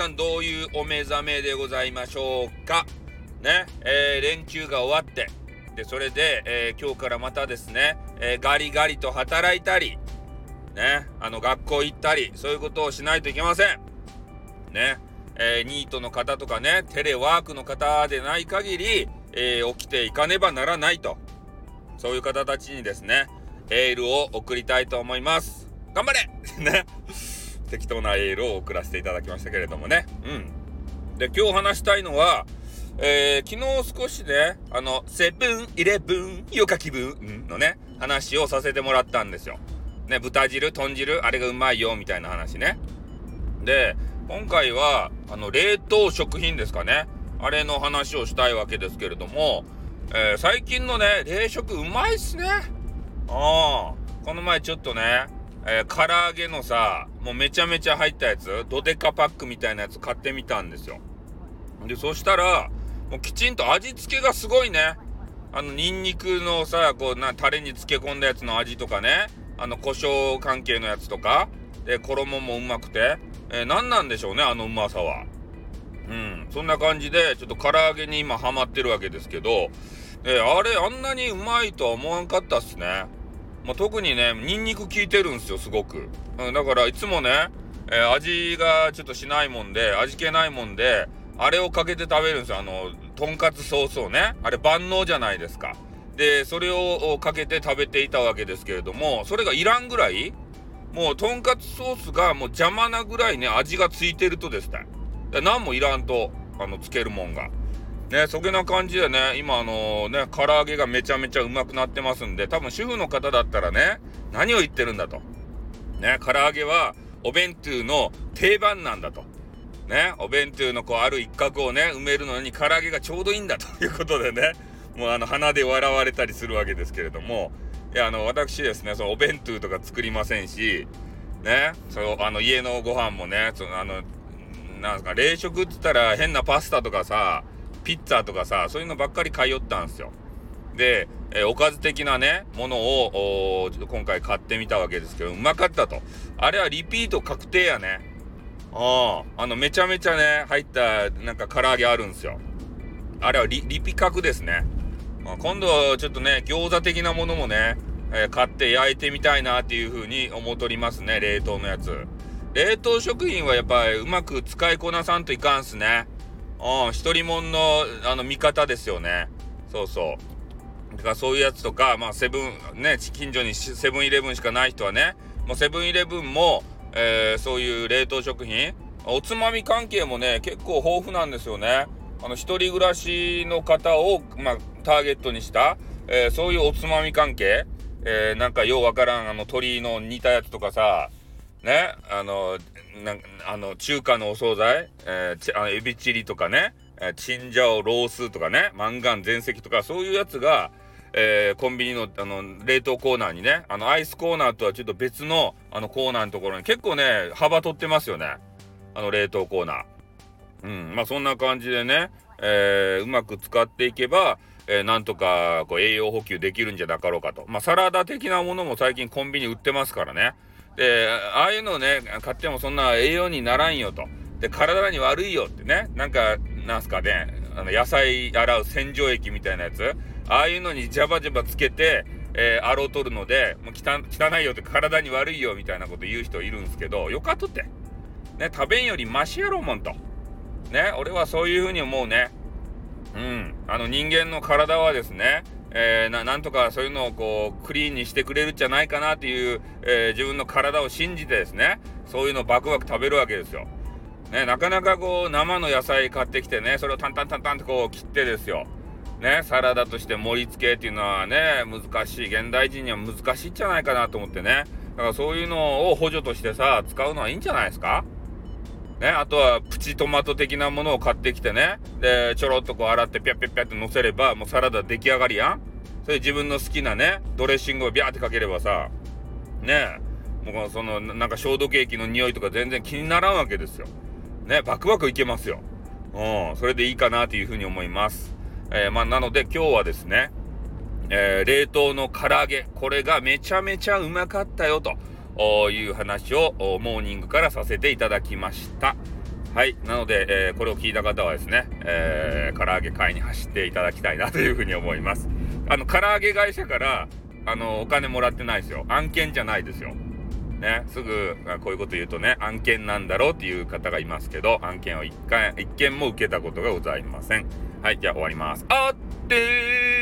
さんどういうお目覚めでございましょうかね。連休が終わってでそれで、今日からまたですね、ガリガリと働いたりね、学校行ったりそういうことをしないといけませんね。ニートの方とかね、テレワークの方でない限り、起きていかねばならないと、そういう方たちにですねエールを送りたいと思います。頑張れね、適当なエールを送らせていただきましたけれどもね。で今日話したいのは、昨日少しねセブンイレブンよか気分のね話をさせてもらったんですよね。豚汁豚汁あれがうまいよみたいな話ね。で今回は冷凍食品ですかね、あれの話をしたいわけですけれども、最近のね冷食うまいっすね。この前ちょっとね、唐揚げのさもうめちゃめちゃ入ったやつドデカパックみたいなやつ買ってみたんですよ。でそしたらもうきちんと味付けがすごいね。ニンニクのさタレに漬け込んだやつの味とかね、胡椒関係のやつとかで衣もうまくて、何なんでしょうねうまさは。そんな感じでちょっと唐揚げに今ハマってるわけですけど、あれあんなにうまいとは思わんかったっすね。特にねニンニク効いてるんですよすごく。だからいつもね、味がちょっとしないもんで味気ないもんであれをかけて食べるんですよ。とんかつソースをね、あれ万能じゃないですか。でそれをかけて食べていたわけですけれども、それがいらんぐらいもうとんかつソースがもう邪魔なぐらいね味がついてるとですね、何もいらんとつけるもんがね、そげな感じでね今唐揚げがめちゃめちゃうまくなってますんで、多分主婦の方だったらね何を言ってるんだとね、唐揚げはお弁当の定番なんだとね、お弁当のある一角をね埋めるのに唐揚げがちょうどいいんだということでね、もう鼻で笑われたりするわけですけれども、いや私ですねそのお弁当とか作りませんしね、家のご飯もねなんすか冷食って言ったら変なパスタとかさピッツァとかさそういうのばっかり買いよったんですよ。で、おかず的なねものをちょっと今回買ってみたわけですけど、うまかったと。あれはリピート確定やね。めちゃめちゃね入ったなんか唐揚げあるんですよ。あれはリピ角ですね。今度ちょっとね餃子的なものもね、買って焼いてみたいなっていう風に思っとりますね。冷凍のやつ、冷凍食品はやっぱりうまく使いこなさんといかんすね。一人もんの味方ですよね。そうだからそういうやつとかセブンね、近所にセブンイレブンしかない人はねもうセブンイレブンも、そういう冷凍食品おつまみ関係もね結構豊富なんですよね。一人暮らしの方をターゲットにした、そういうおつまみ関係、なんかようわからん鶏の煮たやつとかさね、中華のお惣菜、エビチリとかね、チンジャオロースとかね、マンガン全席とかそういうやつが、コンビニの冷凍コーナーにね、アイスコーナーとはちょっと別のコーナーのところに結構ね幅取ってますよね、冷凍コーナー。そんな感じでね、うまく使っていけば、なんとか栄養補給できるんじゃなかろうかと。サラダ的なものも最近コンビニ売ってますからね。でああいうのね買ってもそんな栄養にならんよと。で体に悪いよってね、なんすかね野菜洗う洗浄液みたいなやつ、ああいうのにジャバジャバつけて、アロを取るのでもう汚いよって体に悪いよみたいなこと言う人いるんですけど、よかとってね、食べんよりマシやろもんとね、俺はそういうふうに思うね。人間の体はですね、なんとかそういうのをクリーンにしてくれるんじゃないかなっていう、自分の体を信じてですねそういうのをバクバク食べるわけですよ。ね、なかなか生の野菜買ってきてねそれをタンタンタンタンと切ってですよね、サラダとして盛り付けっていうのはね難しい、現代人には難しいんじゃないかなと思ってね。だからそういうのを補助としてさ使うのはいいんじゃないですかね。あとはプチトマト的なものを買ってきてね、でちょろっと洗ってピャッピャッピャッって乗せればもうサラダ出来上がりやん。それ自分の好きなねドレッシングをビャーってかければさね、もうなんか消毒液の匂いとか全然気にならんわけですよね。バクバクいけますよ。それでいいかなというふうに思います。なので今日はですね、冷凍の唐揚げこれがめちゃめちゃうまかったよという話をモーニングからさせていただきました。 はい。なので、これを聞いた方はですね、唐揚げ買いに走っていただきたいなというふうに思います。唐揚げ会社から、お金もらってないですよ。案件じゃないですよ。ね、すぐ、こういうこと言うとね、案件なんだろうっていう方がいますけど、案件を一件も受けたことがございません。はい、じゃあ終わります。あってー